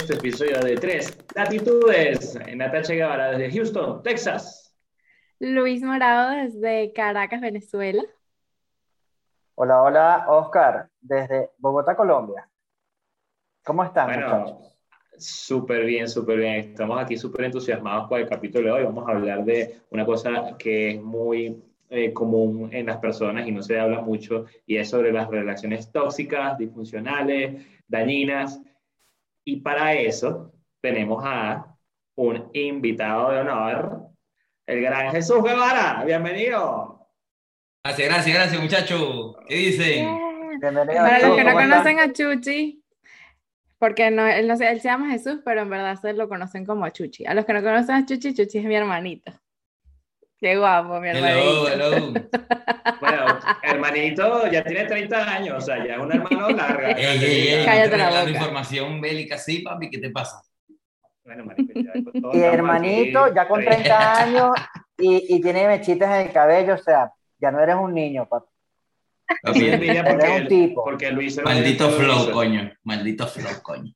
este episodio de Tres Latitudes. Natacha Guevara desde Houston, Texas. Luis Morado desde Caracas, Venezuela. Hola, hola, Oscar, desde Bogotá, Colombia. ¿Cómo están, Bueno, muchachos? súper bien, súper bien. Estamos aquí súper entusiasmados por el capítulo de hoy. Vamos a hablar de una cosa que es muy común en las personas y no se habla mucho, y es sobre las relaciones tóxicas, disfuncionales, dañinas. Y para eso tenemos a un invitado de honor, el gran Jesús Guevara. Bienvenido. Gracias, muchachos. ¿Qué dicen? Bien. Bienvenido, Para los Jesús, que no ¿cómo están? conocen a Chuchi, porque no, él se llama Jesús, pero en verdad se lo conocen como Chuchi. A los que no conocen a Chuchi, Chuchi es mi hermanito. Qué guapo, mi Hello, hermanito. hello. Bueno, hermanito ya tiene 30 años, o sea, ya es un hermano larga, No grandecita. estés Cállate la revelando boca. información bélica así, papi, ¿qué te pasa? Bueno, marico, ya todos Y estamos hermanito, aquí. ya con 30 años y tiene mechitas en el cabello, o sea, ya no eres un niño, papá. Eso es Papi, envidia Eres un tipo. porque Luis no tiene el maldito pelo flow, liso. coño. Maldito flow, coño.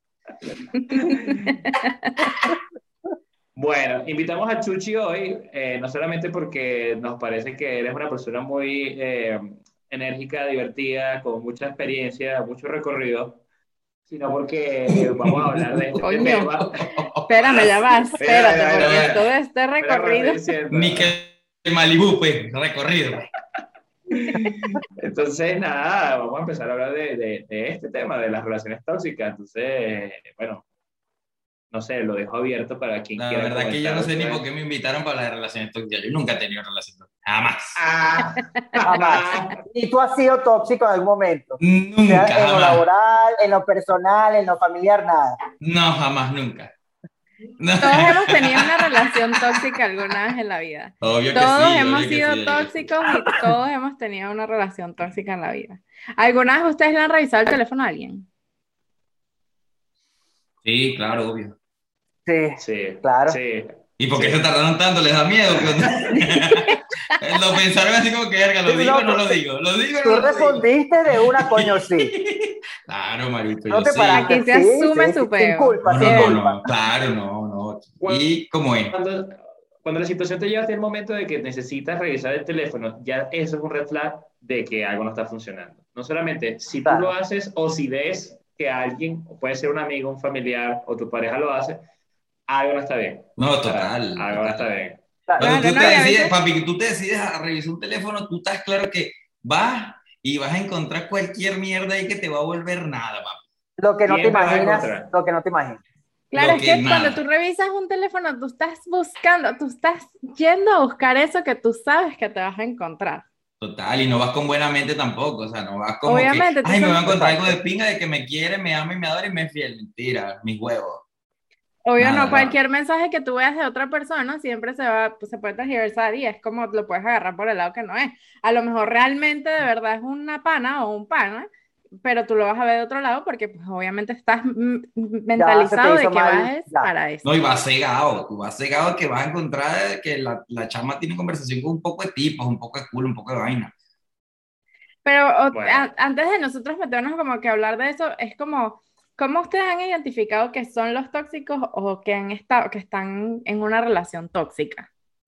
Bueno, invitamos a Chuchi hoy, no solamente porque nos parece que eres una persona muy enérgica, divertida, con mucha experiencia, mucho recorrido, sino porque vamos a hablar de este Coño, tema. espérame, ya va, Mira, espérate, mira, porque mira, todo este mira cómo estoy recorrido. diciendo. Ni que el Malibú, pues, recorrido. Entonces, nada, vamos a empezar a hablar de este tema, de las relaciones tóxicas. Entonces, bueno, no sé, lo dejo abierto para quien La quiera verdad que yo no comentar. sé ni por qué me invitaron para las relaciones tóxicas. Yo nunca he tenido relaciones tóxicas. Jamás. Ah, Jamás. Y tú has sido tóxico en algún momento. Nunca, Sea en lo jamás. laboral, en lo personal, en lo familiar, nada. No, jamás, nunca. No. Todos hemos tenido una relación tóxica alguna vez en la vida. Obvio que Todos sí, hemos obvio que sí, sido obvio que sí. tóxicos y todos hemos tenido una relación tóxica en la vida. ¿Alguna vez ustedes le han revisado el teléfono a alguien? Sí, claro, obvio. Sí, sí, claro. sí, ¿Y por qué se sí. tardaron tanto? ¿Les da miedo? ¿Qué onda? Lo pensaron así como que, verga, ¿lo digo No, o no lo digo? ¿Lo digo o tú no lo digo? respondiste de una, coño, sí. Claro, marico, No yo te sí. paraste, Aquí se sí, asume sí, su sí, sin peo. culpa, No, no, sin no, culpa. no, claro, no, no. ¿Y cómo es? Cuando, cuando la situación te lleva hasta el momento de que necesitas revisar el teléfono, ya eso es un red flag de que algo no está funcionando. No solamente si tú lo Claro. haces o si ves que alguien, puede ser un amigo, un familiar o tu pareja lo hace, algo no está bien. No, O sea, total, algo no está total. bien. Claro. Cuando Claro, tú no, te y a decides, veces, papi, que tú te decides a revisar un teléfono, tú estás claro que vas y vas a encontrar cualquier mierda ahí que te va a volver nada, papi. Lo que no te Siempre vas a imaginas, encontrar. lo que no te imaginas. claro, Lo es que que cuando tú nada. revisas un teléfono, tú estás buscando, tú estás yendo a buscar eso que tú sabes que te vas a encontrar. Total, y no vas con buena mente tampoco, o sea, no vas como que, Obviamente, ay, me entonces, voy a encontrar algo de Exacto. pinga de que me quiere, me ama y me adora y me es fiel. Mentira, mis huevos. obvio no, Nada, nada. cualquier mensaje que tú veas de otra persona siempre se va, pues, se puede tergiversar y es como lo puedes agarrar por el lado que no es. A lo mejor realmente de verdad es una pana o un pana, pero tú lo vas a ver de otro lado porque pues obviamente estás Ya se te mentalizado de hizo que mal, vas ya. para eso. No, y vas cegado, tú vas cegado que vas a encontrar que la chama tiene conversación con un poco de tipos, un poco de culo, un poco de vaina. Pero Bueno, antes de nosotros meternos como que hablar de eso, es como, ¿cómo ustedes han identificado que son los tóxicos o que han estado, que están en una relación tóxica?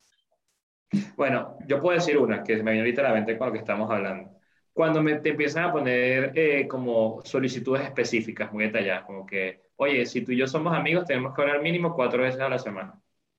bueno, yo puedo decir una que se me viene ahorita a la mente con lo que estamos hablando. Cuando te empiezan a poner como solicitudes específicas, muy detalladas, como que, oye, si tú y yo somos amigos, tenemos que hablar mínimo 4 veces a la semana.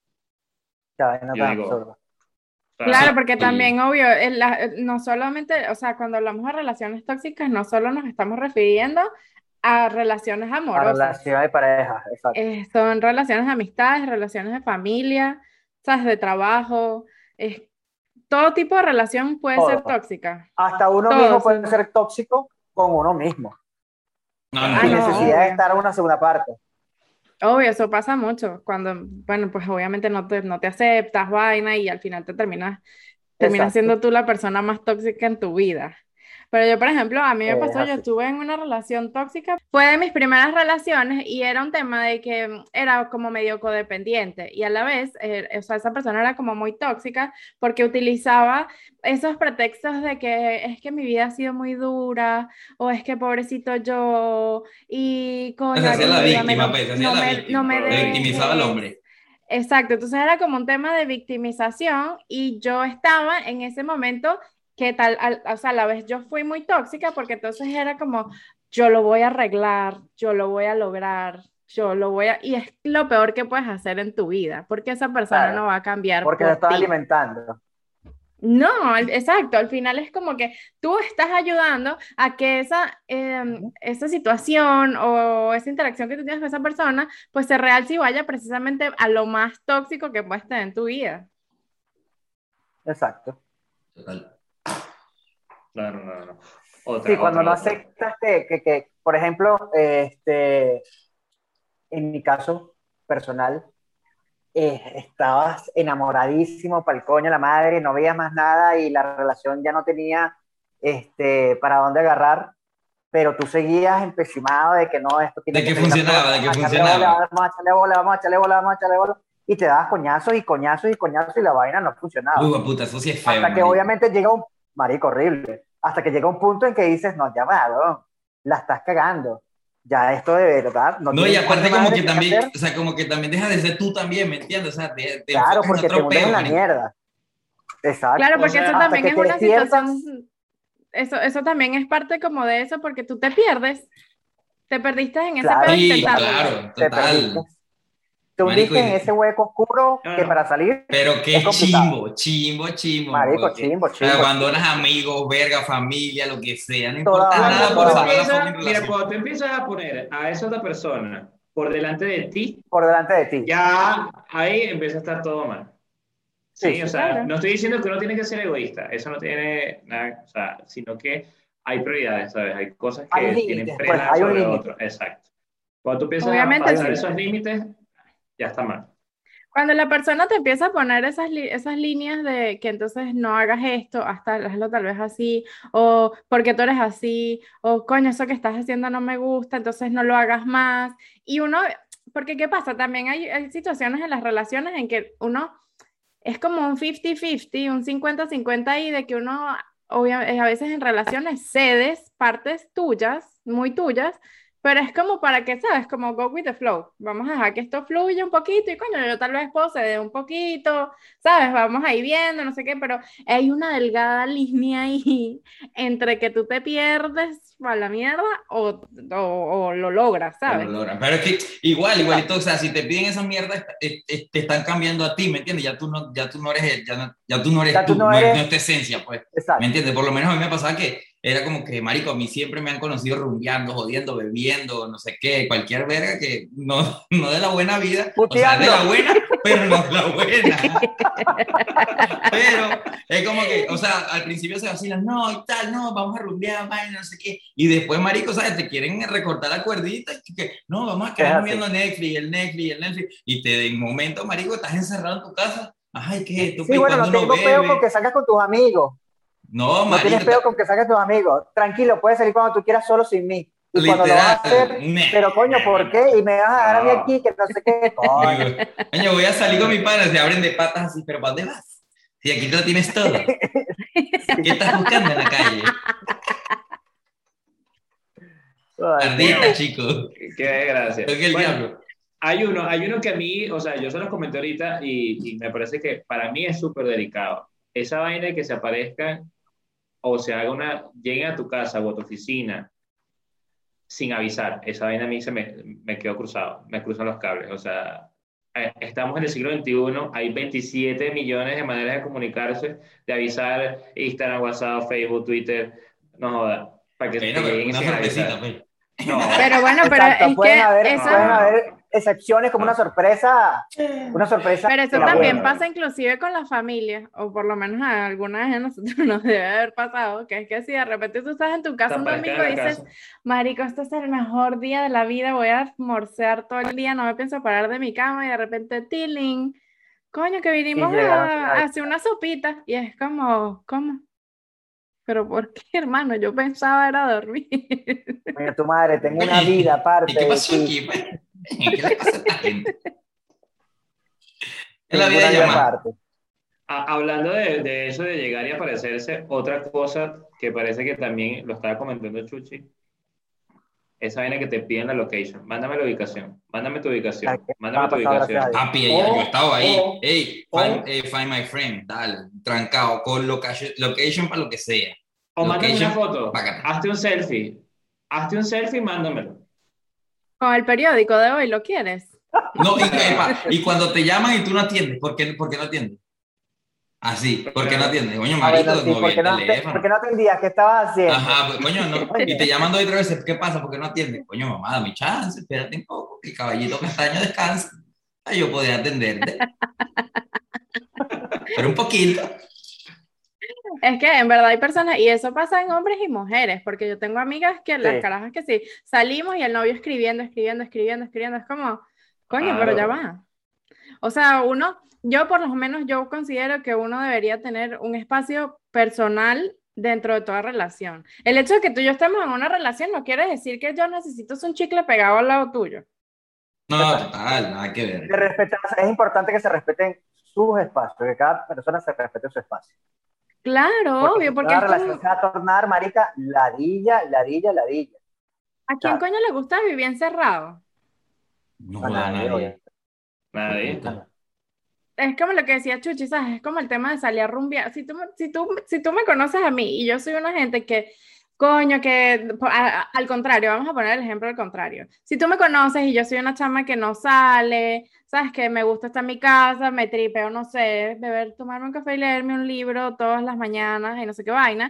Ya, no Yo tan digo, absurdo. o sea, Claro, Sí, porque también, obvio, no solamente, o sea, cuando hablamos de relaciones tóxicas, no solo nos estamos refiriendo a relaciones A amorosas, relación de pareja, exacto. son relaciones de amistades, relaciones de familia, ¿sabes? De trabajo, es, todo tipo de relación puede ser Todo. tóxica. Hasta uno Todo, mismo sí. puede ser tóxico con uno mismo, no, no, Ah, sin claro. no, necesidad de obvio. estar en una segunda parte. Obvio, eso pasa mucho. Cuando, bueno, pues obviamente no te aceptas, vaina, y al final terminas Exacto. siendo tú la persona más tóxica en tu vida. Pero yo, por ejemplo, a mí me pasó, yo Así. estuve en una relación tóxica, fue de mis primeras relaciones y era un tema de que era como medio codependiente y a la vez, o sea, esa persona era como muy tóxica porque utilizaba esos pretextos de que es que mi vida ha sido muy dura o es que pobrecito yo y Se coño, hacía la ayúdame, víctima, pues, se hacía la no víctima. me Se victimizaba al dejes. hombre. Exacto, entonces era como un tema de victimización y yo estaba en ese momento que tal, o sea, a la vez yo fui muy tóxica porque entonces era como, yo lo voy a arreglar, yo lo voy a lograr, yo lo voy a... Y es lo peor que puedes hacer en tu vida, porque esa persona Claro, no va a cambiar porque te por estás ti. alimentando. No, exacto, al final es como que tú estás ayudando a que esa situación o esa interacción que tú tienes con esa persona, pues se realce y vaya precisamente a lo más tóxico que puedes tener en tu vida. Exacto. Total. No. Sí, Otra, cuando otra, no otra. aceptas por ejemplo, en mi caso personal, estabas enamoradísimo, pa'l coño la madre, no veías más nada y la relación ya no tenía para dónde agarrar, pero tú seguías empecinado de que no, esto De tiene que que salir las cosas, funcionaba, de que vamos a echarle bola, funcionaba. vamos a echarle bola, vamos a echarle bola, vamos a echarle bola, y te dabas coñazos y coñazos y coñazos y la vaina no funcionaba. Puta, eso sí es feo, Hasta que marico. obviamente llega un, marico, horrible, hasta que llega un punto en que dices, no, ya va, weón, la estás cagando. Ya esto de verdad no No, y tienes coño aparte como madre que que también, hacer. o sea, como que también dejas de ser tú también, ¿me entiendes? O sea, te Claro, enfocas en porque te otro hundes en peo, la marico. mierda. Claro, Exacto. O porque eso sea, Hasta también que es te una situación, despiertas, eso también es parte como de eso, porque tú te pierdes, te perdiste en ese pedo claro, de Sí, total, intentarlo. claro, te perdiste. total. Te Marico, hundiste en ese hueco oscuro no, que para no. salir pero es qué complicado. chimbo, Marico, porque chimbo, chimbo, abandonas chimbo. amigos, verga, familia, lo que sea, no Toda importa vaina, nada Cuando por toda tú vaina. salvar la fucking empiezas, mira, relación. cuando tú empiezas a poner a esa otra persona por delante de ti, Por delante de ti. ya ahí empieza a estar todo mal. Sí, Sí, o sí. sea, Claro. no estoy diciendo que uno tiene que ser egoísta, eso no tiene nada, o sea, sino que hay prioridades, ¿sabes? Hay cosas Hay que tienen límites, pues, prioridad hay un sobre límite. otras, exacto. Cuando tú empiezas a Obviamente, Hay pasar un sí. esos límite. límites, ya está mal. Cuando la persona te empieza a poner esas líneas de que entonces no hagas esto, hasta hazlo tal vez así, o porque tú eres así, o coño, eso que estás haciendo no me gusta, entonces no lo hagas más. Y uno, porque ¿qué pasa? También hay situaciones en las relaciones en que uno es como un 50-50, un 50-50 ahí de que uno, a veces en relaciones cedes partes tuyas, muy tuyas, pero es como para que, ¿sabes? Como go with the flow. Vamos a dejar que esto fluya un poquito y coño, yo tal vez puedo ceder un poquito, ¿sabes? Vamos ahí viendo, no sé qué, pero hay una delgada línea ahí entre que tú te pierdes a la mierda o lo logras, O lo ¿sabes? logran. Pero es que igualito, Exacto. o sea, si te piden esa mierda, te están cambiando a ti, ¿me entiendes? Ya tú no eres, ya tú no eres Ya tú tú, no no eres. es tu esencia, pues, ¿me Exacto. entiendes? Por lo menos a mí me pasaba que era como que, marico, a mí siempre me han conocido rumbeando, jodiendo, bebiendo, no sé qué, cualquier verga que no de la buena vida, o sea, de Puteando. la buena, pero no de la buena. Pero es como que, o sea, al principio se vacilan, no, y tal, no, vamos a rumbear, vaina, no sé qué. Y después, marico, ¿sabes? Te quieren recortar la cuerdita y que, no, vamos a Es quedarnos así. viendo Netflix. Y de momento, marico, estás encerrado en tu casa. Ay, ¿qué? ¿Tú Sí, y bueno, cuando no uno tengo peo con bebe? que salgas con tus amigos. No, No tienes marico, peo con que salgas con tus amigos. Tranquilo, puedes salir cuando tú quieras solo sin mí. Y cuando lo vas a literal, hacer, pero coño, ¿por qué? Y me vas a dejar a mí aquí, No. que no sé qué. Coño. digo, coño, voy a salir con mi padre, se abren de patas así, pero ¿para dónde vas? Si aquí tú lo tienes todo. ¿Qué Sí. estás buscando en la calle? Ay, Ardita, no. chico. Qué gracia. Toque el Bueno, diablo. hay uno que a mí, o sea, yo se los comenté ahorita y me parece que para mí es súper delicado. Esa vaina de que se aparezcan o se haga lleguen a tu casa o a tu oficina sin avisar, esa vaina a mí me quedó cruzado, me cruzan los cables. O sea, estamos en el siglo XXI, hay 27 millones de maneras de comunicarse, de avisar Instagram, WhatsApp, Facebook, Twitter, no joda, para que Bueno, te pero lleguen una sin sorpresita, avisar. pues. Pero No, bueno, pero Exacto, es que pueden no, haber excepciones como no, una sorpresa pero de eso la también buena. pasa inclusive con la familia, o por lo menos a alguna vez a nosotros nos debe haber pasado, que es que si de repente tú estás en tu te casa un aparezcan domingo en y la dices, casa. marico, este es el mejor día de la vida, voy a morsear todo el día, no me pienso parar de mi cama y de repente, tiling, coño, que Y vinimos llegaron sin a hacer avisar. una sopita, y es como, ¿cómo? Pero ¿por qué, hermano? Yo pensaba era dormir. Mira, tu madre, tengo una vida aparte ¿Y qué de pasó ti. aquí, pues? ¿Qué le pasa a esta gente? Es la Tengo vida una de vida llamar. aparte. Hablando de eso de llegar y aparecerse, otra cosa que parece que también lo estaba comentando Chuchi, esa vaina que te piden la location. Mándame la ubicación, mándame tu Ya ubicación, que no mándame ha tu pasado, gracias a ubicación. Dios. Papi, yo he estado ahí. O, Hey, o, find my friend, dale, trancado, con location para lo que sea. o mándame una Location, foto, págate. hazte un selfie y mándamelo. Con el periódico de hoy, ¿lo quieres? No, y cuando te llaman y tú no atiendes, ¿por qué no atiendes? Así, ¿por qué no atiendes? Coño, Ah, marico, bueno, sí, no vi ¿por el qué no, teléfono. por qué no atendías? ¿Qué estabas haciendo? Ajá, pues coño, no. Y Coño, te llaman dos y tres veces, ¿qué pasa? ¿Por qué no atiendes? Coño, mamá, dame chance, espérate un poco, que el caballito castaño descansa. Ay, yo podría atenderte. Pero un poquito. Es que en verdad hay personas, y eso pasa en hombres y mujeres, porque yo tengo amigas que las Sí. carajas que sí, salimos y el novio escribiendo, es como, coño, pero ya Claro. va. O sea, yo por lo menos yo considero que uno debería tener un espacio personal dentro de toda relación. El hecho de que tú y yo estemos en una relación no quiere decir que yo necesito un chicle pegado al lado tuyo. No, total, nada que ver. Es importante que se respeten sus espacios, que cada persona se respete su espacio. Claro, Porque obvio, si porque una es relación como, se va a tornar, marica, ladilla. ¿a quién coño le gusta vivir encerrado? No A joda a nadie, nadie. oye. Nadie. Puta. Es como lo que decía Chuchi, ¿sabes? Es como el tema de salir a rumbear. Si tú me conoces a mí y yo soy una gente que, coño, al contrario, vamos a poner el ejemplo al contrario. Si tú me conoces y yo soy una chama que no sale, ¿sabes? Que me gusta estar en mi casa, me tripeo, no sé, tomarme un café y leerme un libro todas las mañanas y no sé qué vaina.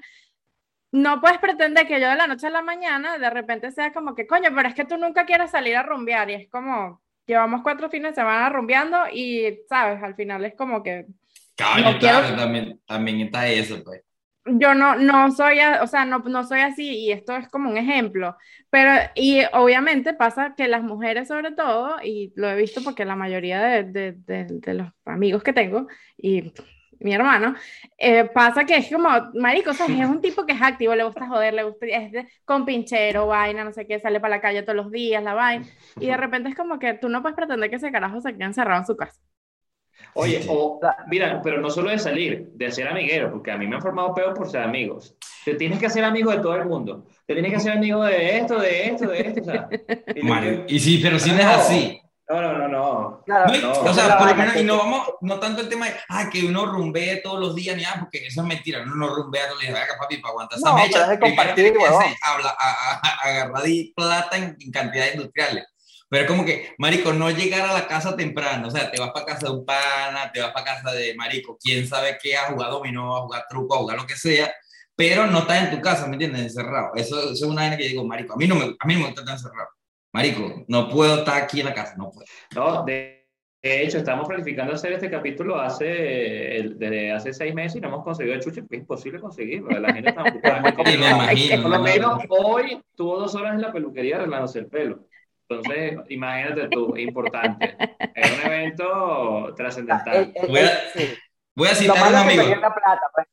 No puedes pretender que yo de la noche a la mañana de repente sea como que, coño, pero es que tú nunca quieres salir a rumbear y es como, llevamos 4 fines de semana rumbeando y, ¿sabes? Al final es como que Coño, no quiero, claro, también está eso, pues. yo no soy, o sea, no soy así y esto es como un ejemplo, pero y obviamente pasa que las mujeres sobre todo, y lo he visto porque la mayoría de los amigos que tengo y mi hermano, pasa que es como, marico, ¿sabes? Es un tipo que es activo, le gusta joder, con pinchero, vaina, no sé qué, sale para la calle todos los días, la vaina, y de repente es como que tú no puedes pretender que ese carajo se quede encerrado en su casa. Oye, Sí. mira, pero no solo de salir, de ser amiguero, porque a mí me han formado peor por ser amigos. Te tienes que hacer amigo de todo el mundo. Te tienes que hacer amigo de esto, o sea. Y sí, pero si no es así. No. Claro, No, No. o esa es sea, la por lo vaina, menos, y no vamos, no tanto el tema de, que uno rumbee todos los días, ni nada, porque eso es mentira, uno no rumbea todos los días, venga, papi, para aguantar esa No, mecha, pero es de primero compartir, tiene que huevón. agarrar plata en cantidades industriales. Pero es como que, marico, no llegar a la casa temprano, o sea, te vas para casa de un pana, te vas para casa de marico, quién sabe qué, a jugar dominó, a jugar truco, a jugar lo que sea, pero no estás en tu casa, ¿me entiendes? Encerrado. Eso es una vaina que digo, marico, a mí no me gusta estar encerrado. Marico, no puedo estar aquí en la casa, no puedo. No, de hecho, estamos planificando hacer este capítulo desde hace 6 meses y no hemos conseguido el chuche, porque es imposible conseguirlo. La gente está ocupada. Y me imagino. Por lo menos hoy tuvo 2 horas en la peluquería arreglándose el pelo. Entonces, imagínate tú, importante. Es un evento trascendental. Sí. Voy a Lo citar a un malo es que amigo. perdió la plata, pues.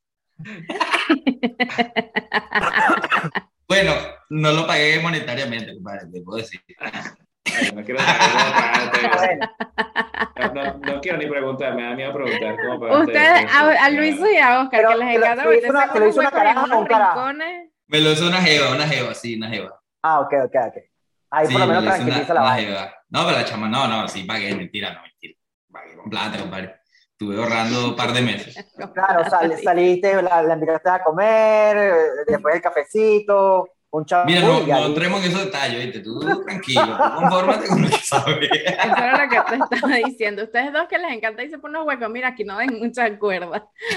Bueno, no lo pagué monetariamente, compadre, te puedo decir. Ay, no quiero saber cómo pagaste eso. No quiero ni preguntar, me da miedo preguntar cómo pagaste Ustedes, eso. a Luis y a Oscar, Pero- que les pero encanta te lo hizo meterse te lo en hizo unos una huecos y en caraja o unos un carajo. rincones. Me lo hizo una jeva, sí, una jeva. Ah, ok. Ahí Sí, por lo menos me lo hizo tranquiliza la una vaina. jeva. No, pero la chama, no, sí pagué, mentira. Pagué con plata, compadre. Estuve ahorrando un par de meses. Claro, saliste, la invitaste a comer, después el cafecito, un champú Mira, y ya no listo. entremos en esos detalles, ¿viste? Tú tranquilo, tú confórmate con lo que sabes. Eso era lo que te estaba diciendo. Ustedes dos que les encanta irse por unos huecos, mira, aquí no den muchas cuerdas.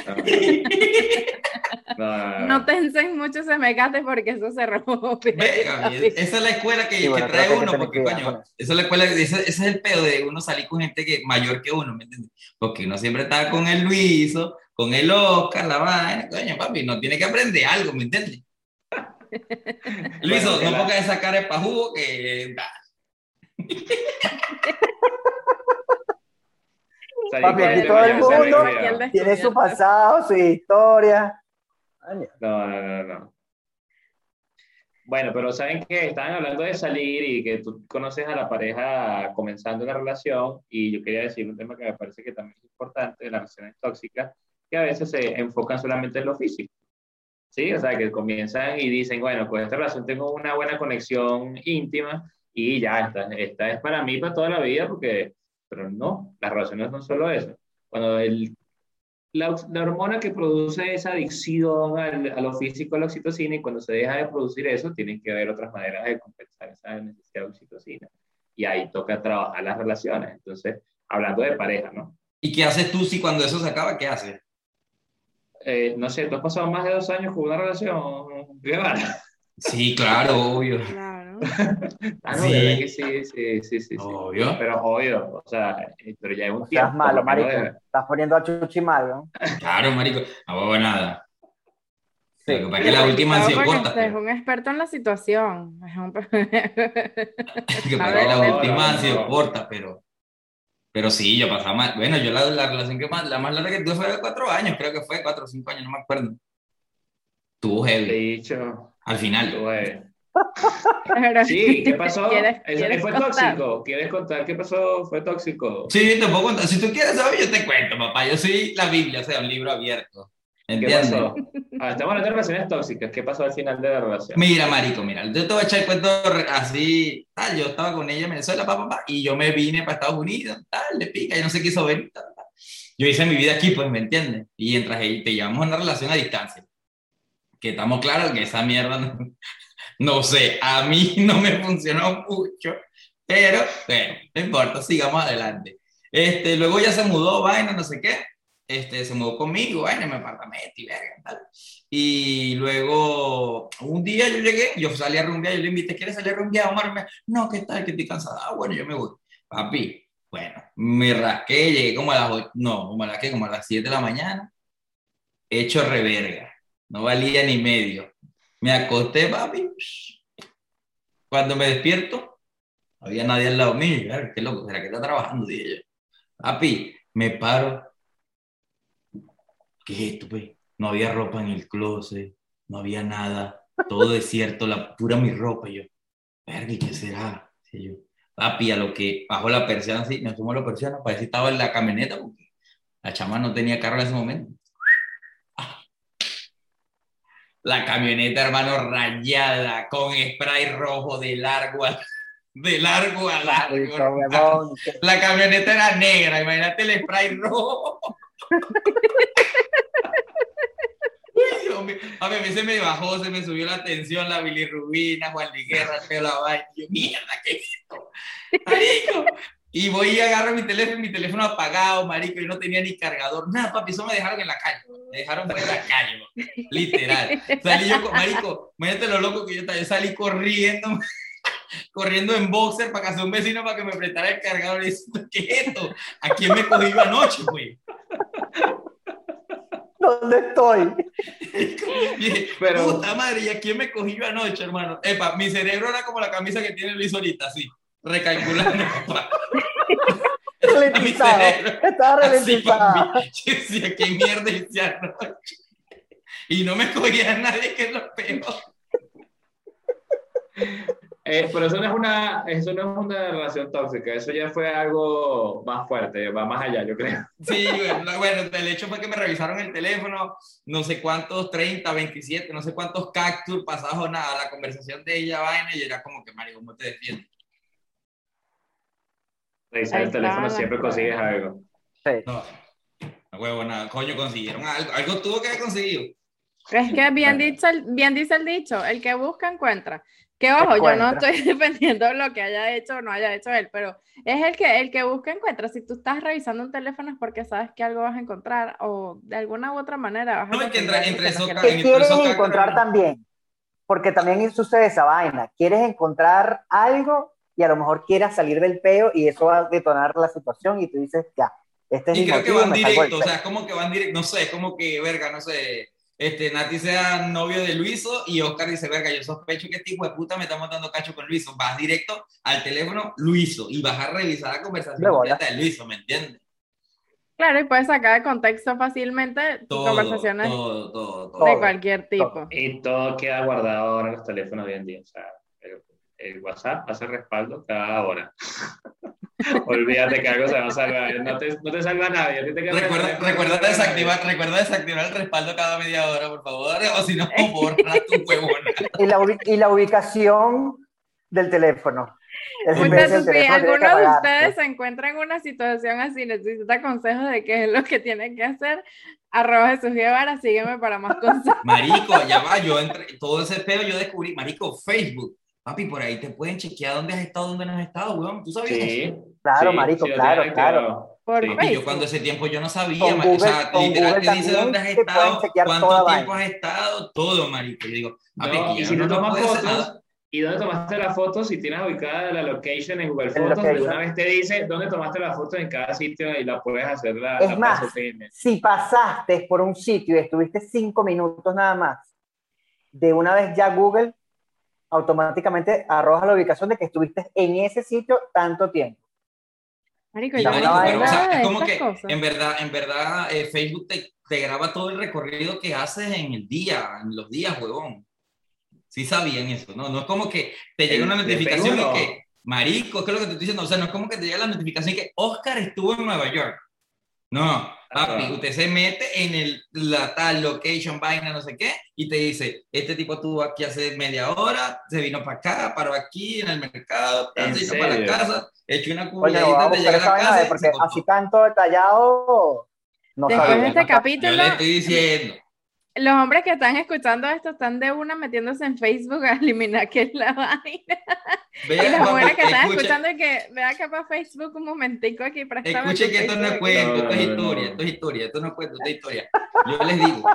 No tensen mucho ese mecate porque eso se rompe. Venga, esa es la escuela que Bueno, trae creo que uno, tener porque cuidado coño, con eso. esa es la escuela, ese es el pedo de uno salir con gente mayor que uno, ¿me entiendes? Porque uno siempre está con el Luiso, con el Oscar, la vaina, coño, papi, no tiene que aprender algo, ¿me entiendes? Luiso, no pongas esa cara de pajugo que... Papi, aquí todo el mundo tiene su pasado, su historia. No. Bueno, pero saben que estaban hablando de salir y que tú conoces a la pareja comenzando una relación, y yo quería decir un tema que me parece que también es importante de las relaciones tóxicas, que a veces se enfocan solamente en lo físico, ¿sí? O sea, que comienzan y dicen, bueno, con esta relación tengo una buena conexión íntima y ya, esta es para mí para toda la vida, porque, pero no, las relaciones no son solo eso. Cuando la hormona que produce esa adicción a lo físico, a la oxitocina, y cuando se deja de producir eso, tienen que haber otras maneras de compensar esa necesidad de oxitocina. Y ahí toca trabajar las relaciones. Entonces, hablando de pareja, ¿no? ¿Y qué haces tú si cuando eso se acaba, qué haces? No sé, ¿tú has pasado más de 2 años con una relación privada? Sí, claro, obvio. Claro. Ah, no, Sí. de verdad que sí. Obvio. Pero obvio, o sea, pero ya es un No tiempo. seas malo, por lo menos marico. Estás poniendo a Chuchi mal, ¿no? Claro, marico. No huevo nada. Sí. Lo que pasa es que la última han Todo sido porque cortas, usted es pero... un experto en la situación. Es un... Lo que A pasa es ver, que la No, última han sido no. cortas, pero sí, yo pasaba mal. Bueno, yo la relación la más larga que tuve fue de 4 años, creo que fue 4 o 5 años, no me acuerdo. Tuvo Te he heavy, dicho, al final. tú, pero- sí, ¿qué pasó? ¿Quieres Fue contar? tóxico. ¿Quieres contar qué pasó? Fue tóxico. Sí, te puedo contar. Si tú quieres saber, yo te cuento, papá. Yo soy la Biblia, o sea, un libro abierto. ¿Qué ¿Entiendes? pasó? Ah, estamos hablando de relaciones tóxicas. ¿Qué pasó al final de la relación? Mira, marico, mira, yo te voy a echar el cuento así, tal, yo estaba con ella en Venezuela, y yo me vine para Estados Unidos, tal, le pica, y no se quiso ver, tal. Yo hice mi vida aquí, pues, ¿me entiendes? Y mientras te llevamos una relación a distancia, que estamos claros que esa mierda, no sé, a mí no me funcionó mucho, pero, bueno, no importa, sigamos adelante. Luego ya se mudó, vaina, no sé qué, se mudó conmigo, vaina, en mi apartamento y verga, tal. Y luego, un día yo llegué, yo salí a rumbear, yo le invité, ¿quieres salir a rumbear, Omar? No, ¿qué tal? Que estoy cansada. Ah, bueno, yo me voy. Papi, bueno, me rasqué, llegué como a las 8, no, como a las 7 de la mañana, hecho reverga, no valía ni medio. Me acosté, papi, cuando me despierto, no había nadie al lado mío, y, qué loco, ¿será que está trabajando? Dije yo. Papi, me paro, ¿qué es esto, pues? No había ropa en el closet, no había nada, todo desierto, pura mi ropa. Y yo, verga, ¿y qué será? Y yo, papi, a lo que bajo la persiana, así, me asomo la persiana, parece que estaba en la camioneta, porque la chama no tenía carro en ese momento. La camioneta, hermano, rayada, con spray rojo de largo a Marico, largo. huevón. La camioneta era negra, imagínate el spray rojo. A mí se me bajó, se me subió la tensión, la bilirrubina, Juan Liguerra, la vaina. Yo, mierda, ¿qué es esto? Marico. Y voy y agarro mi teléfono apagado, marico, y no tenía ni cargador. Nada, papi, eso me dejaron en la calle. Me dejaron fuera de la calle, literal. Salí yo, marico, imagínate lo loco que yo estaba. Yo salí corriendo, corriendo en boxer para casa de un vecino para que me prestara el cargador. Y dice, ¿qué es esto? ¿A quién me cogí yo anoche, güey? ¿Dónde estoy? Pero, Puta madre, ¿y a quién me cogí yo anoche, hermano? Epa, mi cerebro era como la camisa que tiene Luis ahorita, así, recalculando, papá. Ralentizado. Estaba ralentizado. Yo decía, qué mierda hice anoche. Y no me cogía a nadie, que es lo peor. pero eso no es una relación tóxica, eso ya fue algo más fuerte, va más allá, yo creo. Sí, bueno, el hecho fue que me revisaron el teléfono, no sé cuántos, 30, 27, no sé cuántos captures pasados o nada, la conversación de ella, vaina, y era como que, Mario, ¿cómo te defiendes? Revisar el teléfono siempre consigues algo. Sí. No, no huevo, nada, coño, consiguieron algo tuvo que haber conseguido. Es que bien dice el dicho, el que busca encuentra. Que ojo, yo no estoy defendiendo lo que haya hecho o no haya hecho él, pero es el que busca encuentra. Si tú estás revisando un teléfono es porque sabes que algo vas a encontrar o de alguna u otra manera vas a No, es que entre esos ¿qué quieres encontrar también? Porque también sucede esa vaina. Quieres encontrar algo y a lo mejor quieras salir del peo y eso va a detonar la situación y tú dices, ya, este es y mi creo motivo, que van me salgo del directo, o peo. sea, es como que van directo, no sé, es como que, verga, no sé, Nati sea novio de Luiso y Oscar dice, verga, yo sospecho que este hijo de puta me está montando cacho con Luiso. Vas directo al teléfono Luiso y vas a revisar la conversación completa de Luiso, ¿me entiendes? Claro, y puedes sacar de contexto fácilmente tus conversaciones Todo. de Todo, cualquier tipo. todo. Y todo queda guardado ahora en los teléfonos hoy en día. O sea, el WhatsApp hace respaldo cada hora. Olvídate que algo se va a salvar. No te salva nadie. A ti te queda el teléfono, no Recuerda te salva nadie. desactivar el respaldo cada media hora, por favor, o si no, borra tu huevona. Y la ubicación del teléfono. El GPS Muchachos, del si teléfono tiene que alguno de apagarse. ustedes se encuentra en una situación así, necesita consejos de qué es lo que tiene que hacer, @JesúsGuevara, sígueme para más consejos. Marico, ya va, yo entre todo ese pedo yo descubrí, marico, Facebook. Papi, por ahí te pueden chequear dónde has estado, dónde no has estado, weón. ¿Tú sabías eso? Sí, Claro, sí, marico, sí, lo claro, tienes claro. activado. Por Sí. Y yo Facebook. cuando ese tiempo yo no sabía, Con o Google, sea, con literal Google te dice también dónde has te pueden estado, chequear cuánto toda tiempo vaina. has estado, todo, marico. Yo digo, papi, No, aquí y ya si te uno no tomas puede hacer fotos, nada. ¿y dónde tomaste la foto? Si tienes ubicada la location en Google El Fotos, de una location. vez te dice dónde tomaste la foto en cada sitio y la puedes hacer, Es la puedes más, hacer seguimiento. si pasaste por un sitio y estuviste 5 minutos nada más, de una vez ya Google automáticamente arroja la ubicación de que estuviste en ese sitio tanto tiempo. Marico, O Y yo sea, no una marico, pero, o sé vaina. sea, nada es de como estas que, cosas. en verdad, Facebook te graba todo el recorrido que haces en el día, en los días, huevón. Sí sabían eso, ¿no? No es como que te llega una El de Facebook notificación y no. que, marico, ¿qué es lo que te estoy diciendo? O sea, no es como que te llega la notificación y que Oscar estuvo en Nueva York. No, papi, No. usted se mete en la tal location, vaina, no sé qué, y te dice, este tipo estuvo aquí hace media hora, se vino para acá, paró aquí en el mercado, ¿En se vino para la serio? casa, echó una Coño, voy cubilladita, a te buscar llega a esa la vaina casa y porque se así cortó. tanto detallado no Después de sabía. este No sabía. Yo capítulo, le estoy diciendo, los hombres que están escuchando esto están de una metiéndose en Facebook a eliminar qué es la vaina. Y vea, las papi, mujeres que están escuche, escuchando y que vea que para Facebook un momentico aquí, préstame escuche tu que esto no Facebook es aquí. cuento, esto es No, historia, no. esto es historia, esto no es cuento, esto es historia. Yo les digo,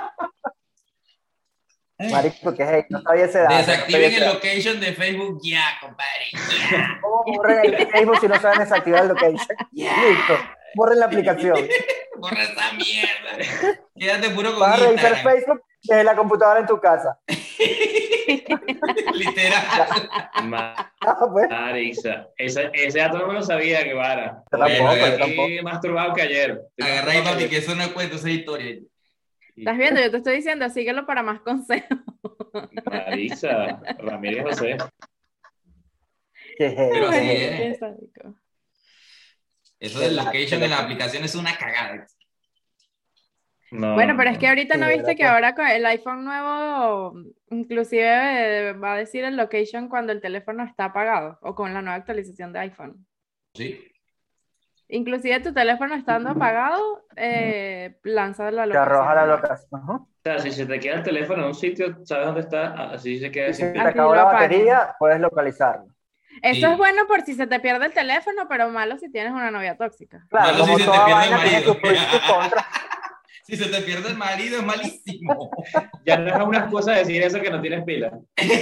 Marico, ¿qué es eso? No sabía ese dato. No sabía desactiven ese el dato. location de Facebook ya, compadre, ya, ¿Cómo borren el Facebook si no saben desactivar el location? ya. Listo, borren la aplicación. Borra esa mierda. Quédate puro con Vas a revisar Instagram. Facebook desde la computadora en tu casa. Literal. Pues, Marisa, ese dato no me lo sabía, Guevara. yo Oye, tampoco, yo estoy tampoco. más turbado que ayer. Estoy más Agarra ahí, turbado que papi, que ayer. eso no es cuento, esa es historia. ¿Estás viendo? Yo te estoy diciendo, síguelo para más consejos. Marisa, Ramírez José. ¿Qué es eso? Pero así Marico, es. qué sádico. Eso del Qué location la- en la aplicación es una cagada. No, Bueno, pero es que ahorita Sí, no de viste que verdad. ahora con el iPhone nuevo, inclusive va a decir el location cuando el teléfono está apagado o con la nueva actualización de iPhone. ¿Sí? Inclusive tu teléfono estando apagado, lanza la Te arroja la locación. locación. Ajá. O sea, si se te queda el teléfono en un sitio, ¿sabes dónde está? Así se queda Y si sin te Así acabó lo la apagas. batería, puedes localizarlo. Eso Sí. es bueno por si se te pierde el teléfono, pero malo si tienes una novia tóxica. Claro, Malo como si se te toda pierde el vaina tiene marido. sus pros y sus contras. Si se te pierde el marido, es malísimo. Ya no es una excusa decir eso que no tienes pila.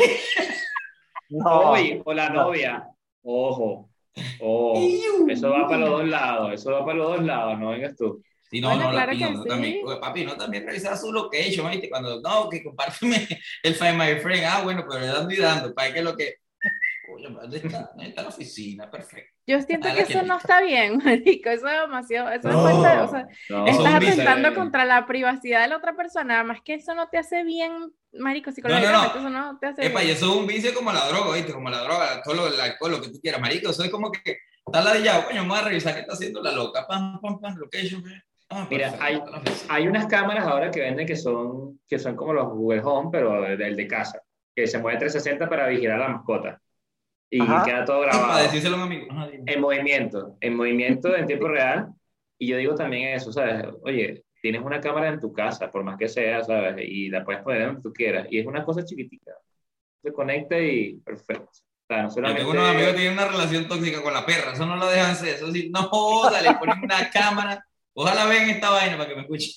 No, Hoy, o la no. novia. Ojo. Oh, eso va para los dos lados. Eso va para los dos lados. No vengas tú. Sí, no, Bueno, no, claro la que pino, no, sí. también. Oye, papi, no también revisar su location, ¿viste? Cuando, no, que compárteme el Find My Friend. Ah, bueno, pero le dando y dando, para que lo que. Oye, ¿dónde está? ¿Dónde está la oficina? Perfecto. Yo siento Ah, que la eso no quietita. está bien, marico. Eso es demasiado, eso es No, falta, o sea, No, eso es estás un vicio. atentando contra la privacidad de la otra persona, además que eso no te hace bien, marico, psicológicamente eso no te hace Epa, y bien. eso es un vicio como la droga, ¿viste? Como la droga, todo el alcohol, lo que tú quieras, marico. Eso es como que está ladillado, coño, vamos a revisar qué está haciendo la loca. Pam, pam, pam, location. Ah, Mira, perfecto, hay, la oficina. hay unas cámaras ahora que venden que son como los Google Home, pero del de casa, que se mueve 360 para vigilar a la mascota. Y Ajá. queda todo Para grabado. decírselo a un amigo. Ajá, dime. En movimiento en tiempo real. Y yo digo también eso, ¿sabes? Oye, tienes una cámara en tu casa, por más que sea, ¿sabes? Y la puedes poner donde tú quieras. Y es una cosa chiquitica. Se conecta y perfecto. O sea, no Yo solamente... tengo unos amigos que tienen una relación tóxica con la perra, eso no lo dejan hacer, eso sí, no joda, le ponen una cámara, ojalá vean esta vaina para que me escuchen.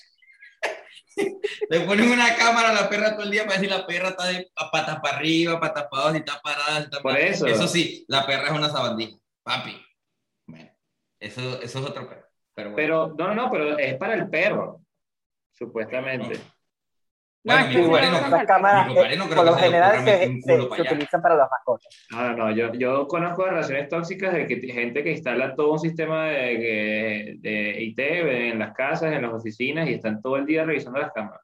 Le ponen una cámara a la perra todo el día para decir la perra está de patas para arriba, patas para abajo, si está parada, si está Por parada. eso. Eso sí, la perra es una sabandija, papi. Bueno, eso es otro perro. Pero bueno. Pero, no, pero es para el perro, supuestamente. No, Bueno, es mi que sí, compadre no no, son Esas mal cámaras, mi compadre no creo por que lo se le general, ocurra meter un culo se para allá. utilizan para las mascotas. No, yo conozco relaciones tóxicas de que gente que instala todo un sistema de IT en las casas, en las oficinas y están todo el día revisando las cámaras.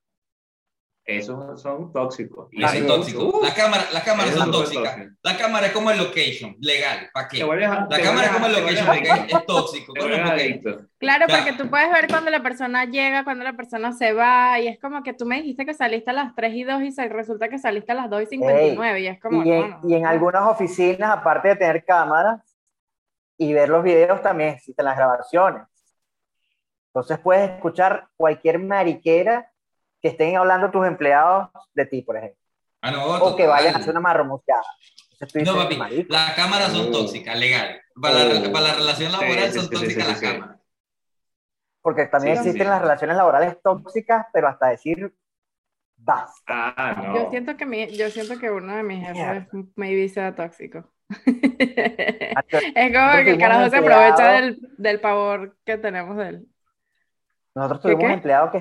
Esos son tóxicos. Y Eso es hay También. muchos. tóxico. Las cámaras Eso es son súper tóxicas. tóxico. La cámara es como el location, legal. ¿Para Te qué? vuelves, La cámara es como el te vuelves location, porque adicto. es tóxico. Te Coño, vuelves porque. adicto. Claro, Ya. porque tú puedes ver cuando la persona llega, cuando la persona se va, y es como que tú me dijiste que saliste a las 3:02 y resulta que saliste a las 2:59, y es como, Y en algunas oficinas, aparte de tener cámaras y ver los videos, también existen las grabaciones. Entonces puedes escuchar cualquier mariquera que estén hablando tus empleados de ti, por ejemplo. Ah, no, O que vayan a hacer total. una marromuteada. Entonces tú No, dices, papi, marico. las cámaras son tóxicas, legal. Para la relación laboral son tóxicas las cámaras. Porque también Sí, sí, existen sí. las relaciones laborales tóxicas, pero hasta decir basta. Ah, Yo no. siento que uno de mis jefes maybe sea tóxico. Nosotros Es como que el tuvimos carajo un se aprovecha empleado- del pavor que tenemos de él. Nosotros ¿Qué, tuvimos qué? un empleado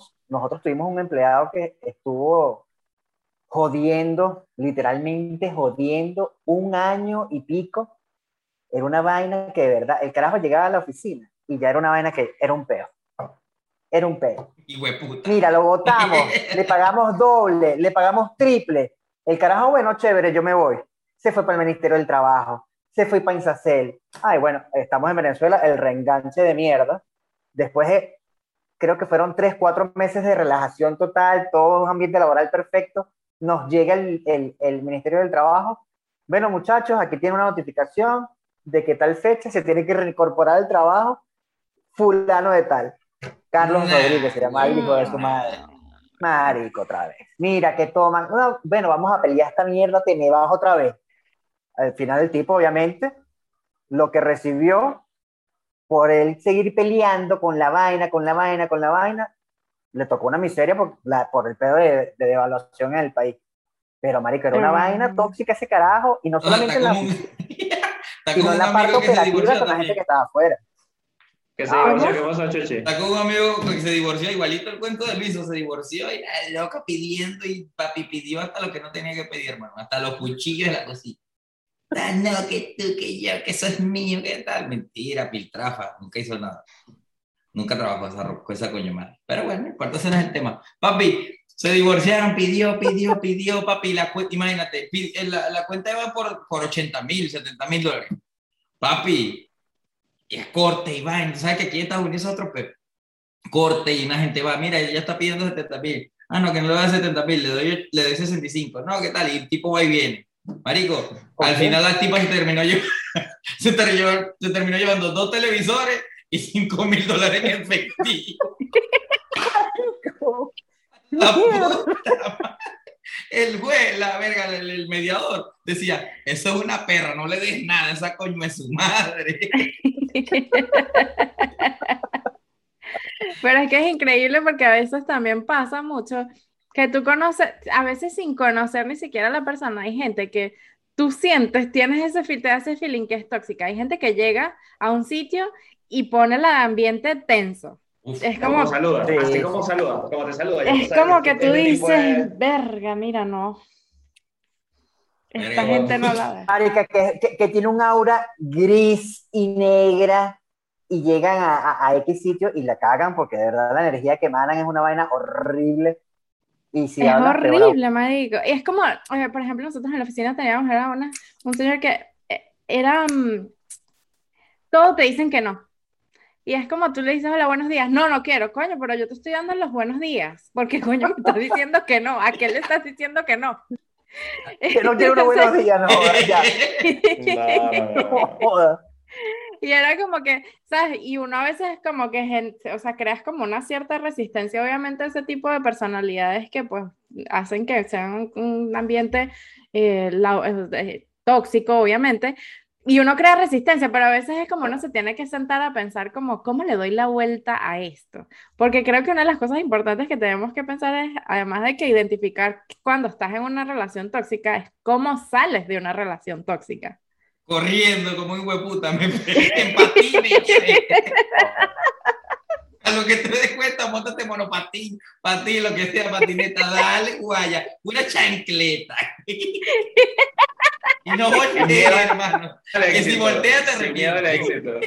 un empleado que estuvo jodiendo, literalmente jodiendo 1 año y pico. Era una vaina que de verdad, el carajo llegaba a la oficina y ya era una vaina que era un peo. Era un peo. Y hueputa. Mira, lo votamos, le pagamos doble, le pagamos triple. El carajo, bueno, chévere, yo me voy. Se fue para el Ministerio del Trabajo, se fue para Insacel. Ay, bueno, estamos en Venezuela, el reenganche de mierda. Después creo que fueron 3, 4 meses de relajación total, todo un ambiente laboral perfecto. Nos llega el Ministerio del Trabajo. Bueno, muchachos, aquí tiene una notificación de que tal fecha se tiene que reincorporar al trabajo fulano de tal. Carlos Rodríguez se llama el hijo de su madre. Marico, otra vez. Mira, que toman. No, bueno, vamos a pelear esta mierda, te me vas otra vez. Al final el tipo, obviamente, lo que recibió por él seguir peleando con la vaina, le tocó una miseria por el pedo de devaluación en el país. Pero, marico, era una vaina tóxica ese carajo, y no solamente en la sino en la parte operativa con la gente que estaba afuera. ¿Qué se divorció? ¿Qué pasó, Chuchi? Está con un amigo que se divorció, igualito el cuento de Luiso, se divorció y la loca pidiendo, y papi pidió hasta lo que no tenía que pedir, hermano, hasta los cuchillos de la cocina. Ah, no, que tú, que yo, que eso es mío, que tal. Mentira, piltrafa, nunca hizo nada. Nunca trabajó con esa coño madre. Pero bueno, no importa, ese no es el tema. Papi, se divorciaron, pidió, papi, imagínate, la cuenta iba por 80,000, 70,000 dólares. Papi, y es corte y vaina. ¿Sabes que aquí en Estados Unidos es otro corte y una gente va, mira, ella está pidiendo 70,000. Ah, no, que no le da 70,000, le doy 65. No, ¿qué tal? Y el tipo va y viene. Marico, al final la tipa se terminó llevando 2 televisores y 5,000 dólares en efectivo. La puta. El juez, la verga, el mediador, decía, eso es una perra, no le des nada, esa coño es su madre. Pero es que es increíble porque a veces también pasa mucho que tú conoces, a veces sin conocer ni siquiera a la persona, hay gente que tú sientes, te hace feeling que es tóxica. Hay gente que llega a un sitio y pone el ambiente tenso. Uf, Es como, Como saluda, Sí. así como saluda, como te saluda. ya es tú sabes como que tú este tipo dices, verga, mira, no. Esta Verga, gente no vamos. la ve. Marica, que tiene un aura gris y negra, y llegan a X sitio y la cagan, porque de verdad la energía que emanan es una vaina horrible. Y si Es hablas peor aún. horrible, marico. Y es como, por ejemplo, nosotros en la oficina teníamos un señor que era, todos te dicen que no. Y es como tú le dices hola, buenos días. No, no quiero, coño, pero yo te estoy dando los buenos días. Porque, coño, me estás diciendo que no. ¿A qué le estás diciendo que no? Que no quiero unos buenos días, no, ya. No jodas. Y era como que, ¿sabes? Y uno a veces es como que, o sea, creas como una cierta resistencia, obviamente, a ese tipo de personalidades que, pues, hacen que sea un ambiente tóxico, obviamente. Y uno crea resistencia, pero a veces es como uno se tiene que sentar a pensar como, ¿cómo le doy la vuelta a esto? Porque creo que una de las cosas importantes que tenemos que pensar es, además de que identificar cuando estás en una relación tóxica, es cómo sales de una relación tóxica. Corriendo como un hueputa, me pegué en patines. lo que te des cuenta, móntate monopatín, patín, lo que sea, patineta, dale, guaya, una chancleta. Y no voltees, hermano. Que si volteas te Sin miedo al arrepientes.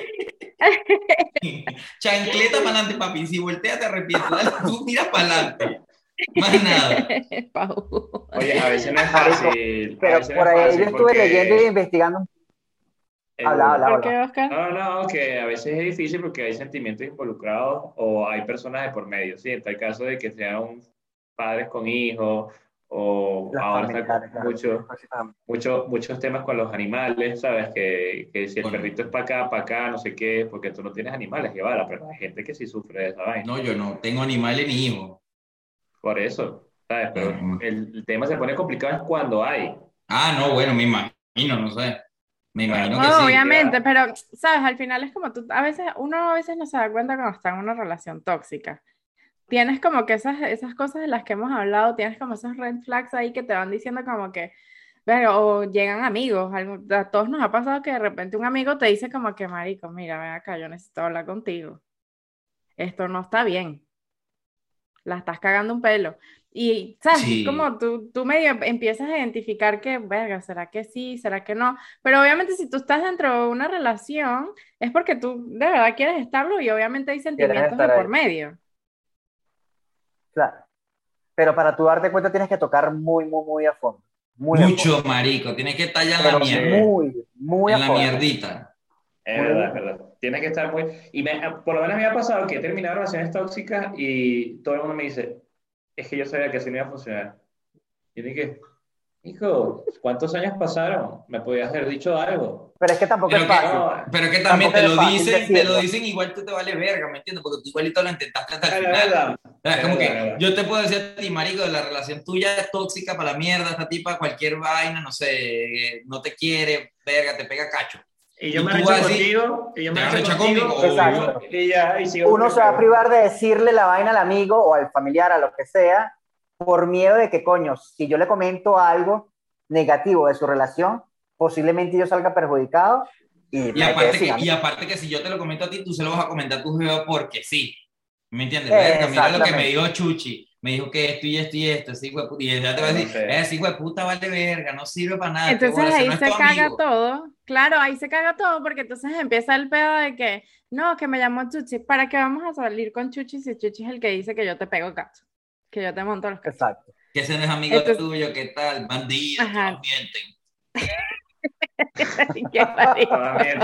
éxito. Chancleta para adelante, papi. Si volteas te arrepientes. Dale, tú miras para adelante. Más nada. Pau. Oye, a veces no es fácil. Pero por ahí yo estuve leyendo e investigando. Habla. ¿Por qué, Oscar? No, que a veces es difícil porque hay sentimientos involucrados o hay personas de por medio, ¿sí? Está el caso de que sean padres con hijos o Las ahora familiares, está claro. muchos temas con los animales, ¿sabes? Que si el Bueno. perrito es para acá, no sé qué, porque tú no tienes animales, llevar, pero hay gente que sí sufre de esa vaina. No, yo no tengo animales ni hijos. Por eso, ¿sabes? Pero Bueno. el tema se pone complicado es cuando hay. Ah, no, bueno, me imagino, no sé. Me imagino que No, sí. obviamente, pero, ¿sabes? Al final es como tú, uno a veces no se da cuenta cuando está en una relación tóxica. Tienes como que esas cosas de las que hemos hablado, tienes como esos red flags ahí que te van diciendo como que, o llegan amigos, a todos nos ha pasado que de repente un amigo te dice como que, marico, mira, ven acá, yo necesito hablar contigo. Esto no está bien. La estás cagando un pelo. Y, ¿sabes? Sí. Es como tú medio empiezas a identificar que, verga, ¿será que sí? ¿Será que no? Pero obviamente si tú estás dentro de una relación, es porque tú de verdad quieres estarlo y obviamente hay sentimientos de estar por ahí. medio. Claro. Pero para tú darte cuenta tienes que tocar muy a fondo. Muy a fondo. Mucho, marico. Tienes que estar ya en la Pero mierda. muy En a la fondo. mierdita. Es verdad. Tiene que estar muy... Y por lo menos me ha pasado que he terminado relaciones tóxicas y todo el mundo me dice, es que yo sabía que así no iba a funcionar. Y dije, hijo, ¿cuántos años pasaron? ¿Me podías haber dicho algo? Pero es que tampoco es fácil. Pero que también Tampoco te es lo fácil dicen, decirlo. igual tú te vale verga, ¿me entiendes? Porque tú igualito lo intentaste hasta el Es final. verdad. Es como que verdad. yo te puedo decir a ti, marico, de la relación tuya es tóxica para la mierda, esta tipa cualquier vaina, no sé, no te quiere, verga, te pega cacho. Y yo Y me tú recho vas así, contigo, y yo me te vas a recho rechar contigo, conmigo, Exacto. y sigo Uno se va a primero. privar de decirle la vaina al amigo o al familiar, a lo que sea, por miedo de que, coño, si yo le comento algo negativo de su relación, posiblemente yo salga perjudicado y me quede sin y amigo. aparte que si yo te lo comento a ti, tú se lo vas a comentar a tu jefe porque sí. ¿Me entiendes? Verga, mira lo que me dijo Chuchi. Me dijo que esto y esto y esto. Sí, y ella te va a decir, sí, puta, vale verga, no sirve para nada. Entonces bola, ahí no es se tu caga amigo. todo. Claro, ahí se caga todo porque entonces empieza el pedo de que, no, que me llamó Chuchi. ¿Para qué vamos a salir con Chuchi si Chuchi es el que dice que yo te pego gato? Que yo te monto los cachos. Exacto. Que ese no es amigo tuyo, ¿qué tal? Bandido, Ajá. todos mienten. Qué marico.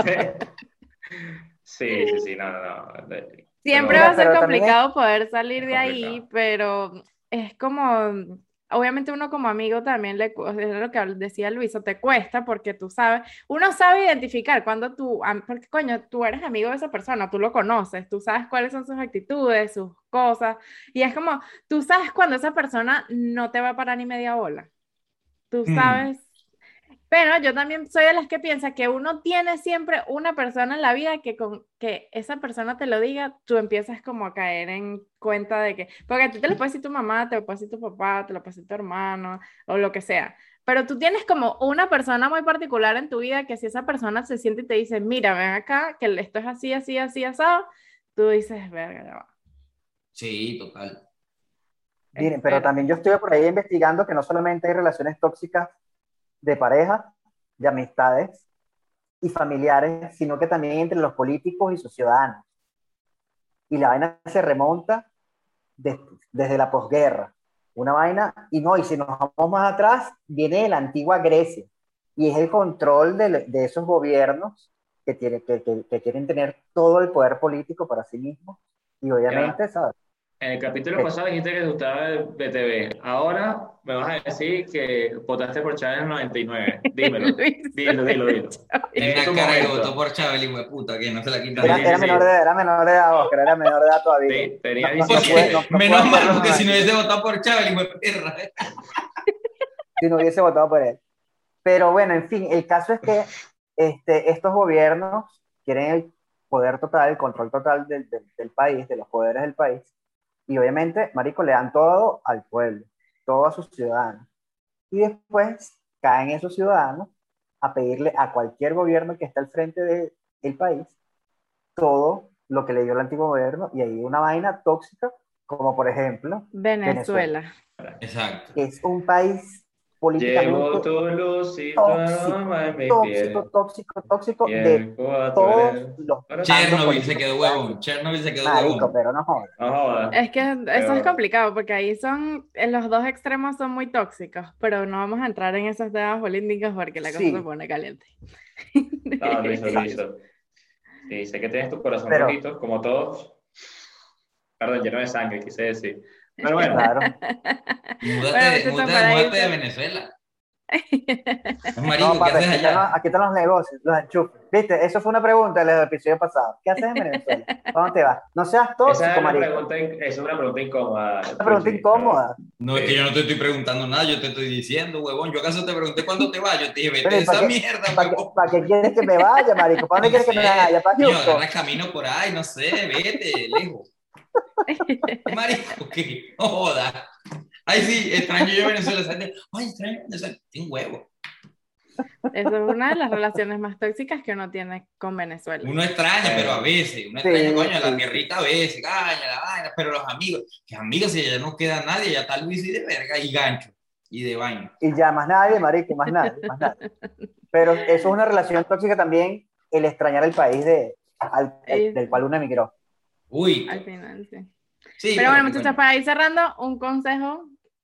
Sí, no. Siempre va a ser Pero complicado poder salir de ahí, complicado. pero es como, obviamente uno como amigo también es lo que decía Luisa, te cuesta porque tú sabes, uno sabe identificar cuando porque coño, tú eres amigo de esa persona, tú lo conoces, tú sabes cuáles son sus actitudes, sus cosas, y es como, tú sabes cuando esa persona no te va a parar ni media bola, tú sabes. Pero yo también soy de las que piensa que uno tiene siempre una persona en la vida que con que esa persona te lo diga, tú empiezas como a caer en cuenta de que, porque a ti te lo puede decir tu mamá, te lo puede decir tu papá, te lo puede decir tu hermano o lo que sea, pero tú tienes como una persona muy particular en tu vida que si esa persona se siente y te dice, mira, ven acá, que esto es así, asado, tú dices, verga, ya va. Sí, total. Miren, pero también yo estoy por ahí investigando que no solamente hay relaciones tóxicas de pareja, de amistades y familiares, sino que también entre los políticos y sus ciudadanos. Y la vaina se remonta desde la posguerra. Una vaina, y si nos vamos más atrás, viene de la antigua Grecia. Y es el control de esos gobiernos que quieren tener todo el poder político para sí mismos. Y obviamente, Ya. ¿sabes? En el capítulo pasado dijiste que te gustaba el BTV. Ahora me vas a decir que votaste por Chávez en el 99. Dímelo. Dilo. Tiene una cara que votó por Chávez, hijo de puta, que no se la quita. Era menor de edad, Oscar, era menor de edad todavía. Sí, tenía Menos mal, porque si no hubiese votado por Chávez, hijo de perra. Si no hubiese votado por él. Pero bueno, en fin, el caso es que estos gobiernos quieren el poder total, el control total del país, de los poderes del país. Y obviamente, marico, le dan todo al pueblo, todo a sus ciudadanos. Y después caen esos ciudadanos a pedirle a cualquier gobierno que esté al frente del país todo lo que le dio el antiguo gobierno, y hay una vaina tóxica, como por ejemplo Venezuela. Exacto. que es un país Llevo políticamente tu lucito aroma en mi piel. tóxico Y de el cuatro todos eres- los bandos Chernobyl se políticos quedó que hay. huevón. Chernobyl se quedó Marico, huevón. pero no jodas. No jodas. Es que eso es Peor. complicado porque ahí los dos extremos son muy tóxicos, pero no vamos a entrar en esos temas políticos porque la cosa Sí. se pone caliente. No, Luiso. Sí, sé que tienes tu corazón Pero- rojito, como todos. Perdón, lleno de sangre, quise decir. Pero bueno, Claro. Múdate, muchachos, para múdate de irse. Venezuela. No, Marico, ¿qué papi, haces allá? aquí están los negocios, los enchufes. ¿Viste? Eso fue una pregunta del episodio pasado. ¿Qué haces en Venezuela? ¿A dónde te vas? No seas esa tóxico, es una marico. pregunta, es una pregunta incómoda. Una pregunta Luchi, incómoda. No, es que yo no te estoy preguntando nada, yo te estoy diciendo, huevón. Yo acaso te pregunté cuándo te vas. Yo te dije, vete Pero, de ¿y para esa qué- mierda, ¿Para huevón. qué quieres que me vaya, marico? ¿Para dónde No quieres que me sé. vaya? ¿Para Niño, Houston? agarra camino por ahí, no sé, vete, lejos. Marico, que no joda. Ay, sí, extraño yo Venezuela. ¿Sabes? Ay, extraño Venezuela. Sin huevo. Esa es una de las relaciones más tóxicas que uno tiene con Venezuela. Uno extraña, pero a veces. Uno Sí, extraña, coño, la sí. tierrita a veces, caña, la vaina. Pero los amigos, que amigos, si ya no queda nadie, ya está Luis y de verga, y gancho, y de vaina. Y ya más nadie, marico, más nadie. Pero eso es una relación tóxica también, el extrañar el país del cual uno emigró. Uy. Al final, sí. Sí, Pero bueno, qué muchachos, coño. para ir cerrando, un consejo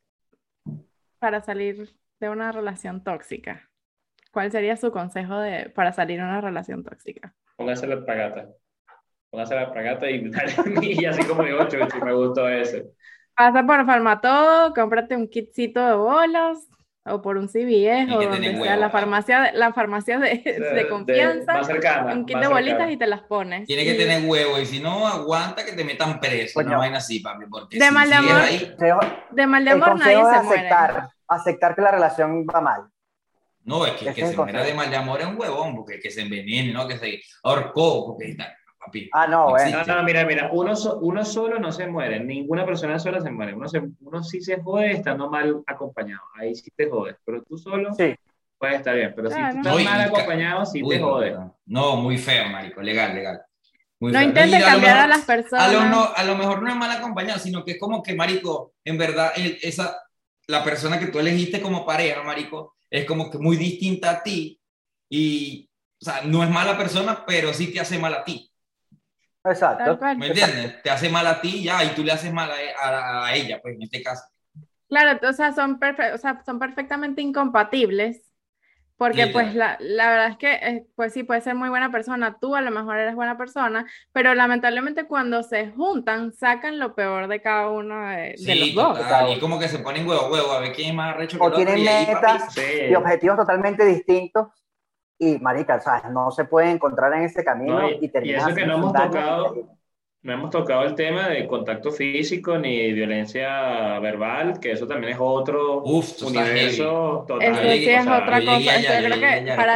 para salir de una relación tóxica. ¿Cuál sería su consejo para salir de una relación tóxica? Póngase la fragata. Póngase la fragata y dale y así como digo, Chuchi, me gustó ese. Pasa por Farmatodo, cómprate un kitcito de bolos o por un CVS Y o que donde tenés sea, huevo, la farmacia de confianza, Más cercana. un kit más de bolitas cercana. y te las pones. Tiene que tener huevo, y si no, aguanta que te metan preso. Coño. Una vaina así, papi, porque De si mal de sigues amor. ahí... De mal de El amor nadie consejo es se muere. aceptar que la relación va mal. No, es que Ese que es se el muera consejo. de mal de amor es un huevón, porque que se envenene, ¿no? Que se ahorcó, porque está, papi. Ah, no, bueno. existe. No, mira, uno solo no se muere, ninguna persona sola se muere. Uno sí se jode estando mal acompañado, ahí sí te jodes, pero tú solo Sí. puedes estar bien, pero si Claro. tú estás No, y- mal y ca- acompañado, sí Uy, te jodes. no, muy feo, marico, legal. Muy No feo. intenten Y a lo cambiar a mejor- las personas. a lo mejor no es mal acompañado, sino que es como que, marico, en verdad, la persona que tú elegiste como pareja, marico, es como que muy distinta a ti y, o sea, no es mala persona, pero sí te hace mal a ti. Tal Exacto. cual. ¿Me entiendes? Te hace mal a ti ya y tú le haces mal a ella, pues en este caso. Claro, o sea, son perfectamente incompatibles. Porque Literal. pues la verdad es que pues sí, puede ser muy buena persona, tú a lo mejor eres buena persona, pero lamentablemente cuando se juntan sacan lo peor de cada uno de Sí, los dos. total. Y como que se ponen huevo, a ver quién es más arrecho que O el otro. tienen Y ahí, papi, metas Sí. y objetivos totalmente distintos. Y, marica, ¿sabes? No se puede encontrar en ese camino No, y y terminar eso que no haciendo hemos un daño tocado, increíble. no hemos tocado el tema de contacto físico ni violencia verbal, que eso también es otro Uf, tú estás universo total. Eso Yo llegué- sí es o sea, otra yo llegué cosa. allá, Yo creo yo llegué que allá,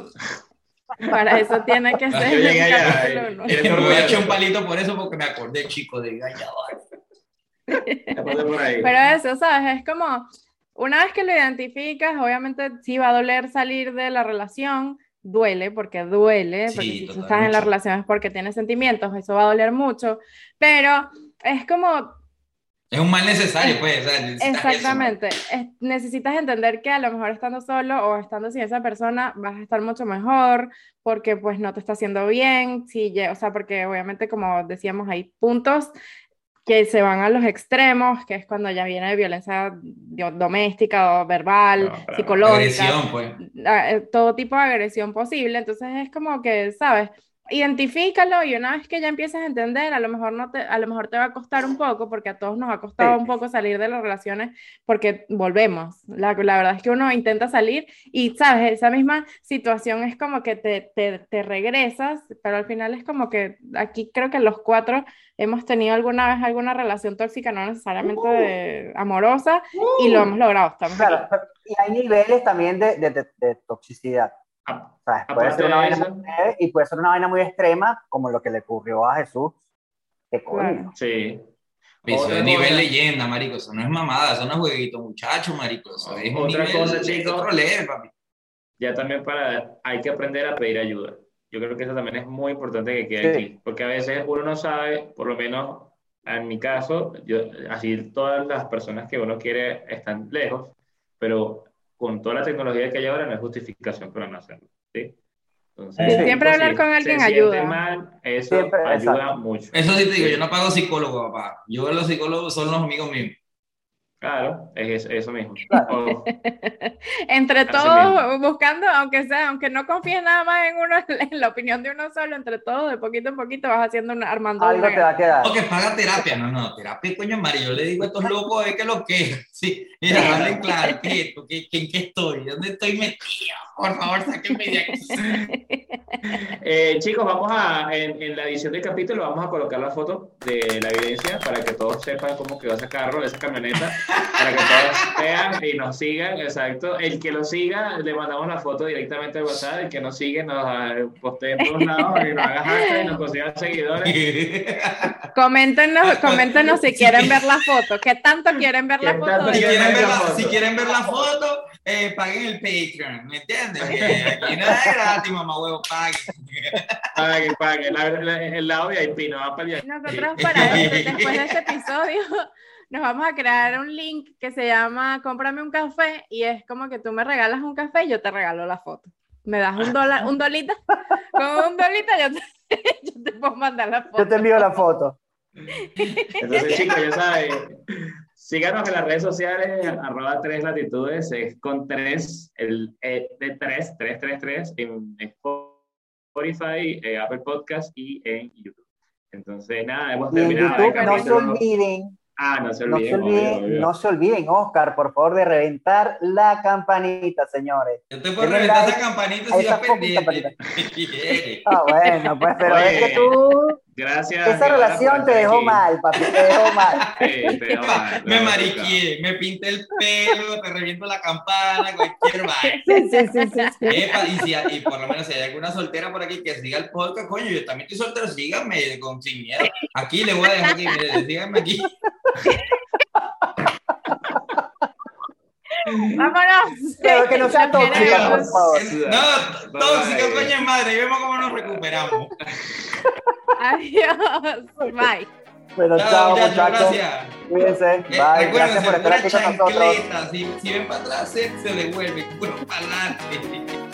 para eso tiene que ser Yo llegué un allá, capítulo nuevo. y- Me voy a echar un palito por eso porque me acordé, chico, de Gallador. ya pasé por ahí. Pero eso, ¿sabes? Es como, una vez que lo identificas, obviamente sí va a doler salir de la relación, duele, porque Sí, si tú total, estás en la mucho. relación es porque tienes sentimientos, eso va a doler mucho, pero es como, Es un mal necesario, pues. O sea, necesitas exactamente, necesitas entender que a lo mejor estando solo o estando sin esa persona vas a estar mucho mejor, porque pues no te está haciendo bien, o sea, porque obviamente como decíamos hay puntos que se van a los extremos, que es cuando ya viene de violencia doméstica o verbal, No, pero- psicológica, Agresión, pues. todo tipo de agresión posible. Entonces es como que, ¿sabes? Identifícalo y una vez que ya empieces a entender, a lo mejor te va a costar un poco, porque a todos nos ha costado Sí. un poco salir de las relaciones, porque volvemos. La verdad es que uno intenta salir y, ¿sabes? Esa misma situación es como que te regresas, pero al final es como que aquí creo que los cuatro hemos tenido alguna vez alguna relación tóxica, no necesariamente amorosa, y lo hemos logrado. Estamos Claro, aquí. y hay niveles también de toxicidad. A- ¿Sabes? Puede Aparte ser una de vaina eso, muy leve y puede ser una vaina muy extrema, como lo que le ocurrió a Jesús. ¿Qué coño? Claro. sí. Eso Otra es nivel cosa- leyenda, marico. Eso no es mamada, eso no es jueguito, muchacho, marico. Eso es un Otra nivel cosa, chicos. otro level, papi. Ya también hay que aprender a pedir ayuda. Yo creo que eso también es muy importante que quede Sí. aquí, porque a veces uno no sabe, por lo menos en mi caso, yo, así todas las personas que uno quiere están lejos, pero con toda la tecnología que hay ahora no hay justificación para no hacerlo, ¿sí? Entonces, Sí. Siempre hablar con si alguien se siente ayuda. mal, eso Siempre, ayuda exacto. mucho. Eso sí te digo, yo no pago psicólogo, papá. Yo los psicólogos son los amigos míos. Claro, es eso mismo. Claro. Entre Así todos, mismo. buscando, aunque no confíes nada más en uno, en la opinión de uno solo, entre todos, de poquito en poquito vas haciendo armando Algo te va a quedar. No, que paga terapia. No, terapia, coño, Mari. Yo le digo a estos locos, es que lo que. Sí, mira, hablen claro, ¿qué es esto? ¿En qué estoy? ¿Dónde estoy metido? Por favor, sáquenme de aquí. Chicos, en la edición del capítulo vamos a colocar la foto de la evidencia para que todos sepan cómo quedó ese carro, esa camioneta, para que todos vean y nos sigan, exacto. El que lo siga, le mandamos la foto directamente al WhatsApp, el que nos sigue, nos postea en todos lados y nos haga hashtag y nos consigan seguidores. Coméntenos si quieren ver la foto. ¿Qué tanto quieren ver la ¿Qué foto? tanto Si quieren ver la, foto? si quieren ver la foto, paguen el Patreon, ¿me entiendes? Que aquí nada es gratis, mamá huevo, paguen. Paguen. El lado VIP no va para allá. Nosotros después de este episodio nos vamos a crear un link que se llama Cómprame un café y es como que tú me regalas un café y yo te regalo la foto. Me das $1, un dolita, con $1 yo te puedo mandar la foto. Yo te envío la foto. Entonces, chicos, ya saben, síganos en las redes sociales, @3latitudes, es con 3, el de 333, en Spotify, Apple Podcast y en YouTube. Entonces, nada, hemos Y en terminado el YouTube no se capítulo. olviden, No se olviden, obvio. no se olviden, Oscar, por favor, de reventar la campanita, señores. Yo te puedo Denle reventar like esa campanita a si esa estás fucking pendiente. Ah, bueno, pues, pero Oye, es que tú, Gracias. esa Giovanna, relación por te estar dejó aquí. mal, papi, te dejó mal. Sí, te dejó mal, Me no, mariqué, me pinté el pelo, te reviento la campana, cualquier vaina. Sí. Epa, y por lo menos si hay alguna soltera por aquí que siga el podcast, coño, yo también estoy soltero, síganme sin miedo. Aquí le voy a dejar aquí, mire, síganme aquí. ¡Vámonos! Pero que no sea tóxica, por favor. No, tóxica, coño de madre, y vemos cómo nos recuperamos. Adiós. Bye. Bueno, chao, muchachos, muchachos. gracias. Cuídense. Bye. Gracias por estar aquí con nosotros. Si ven para atrás, se devuelve, puro para adelante.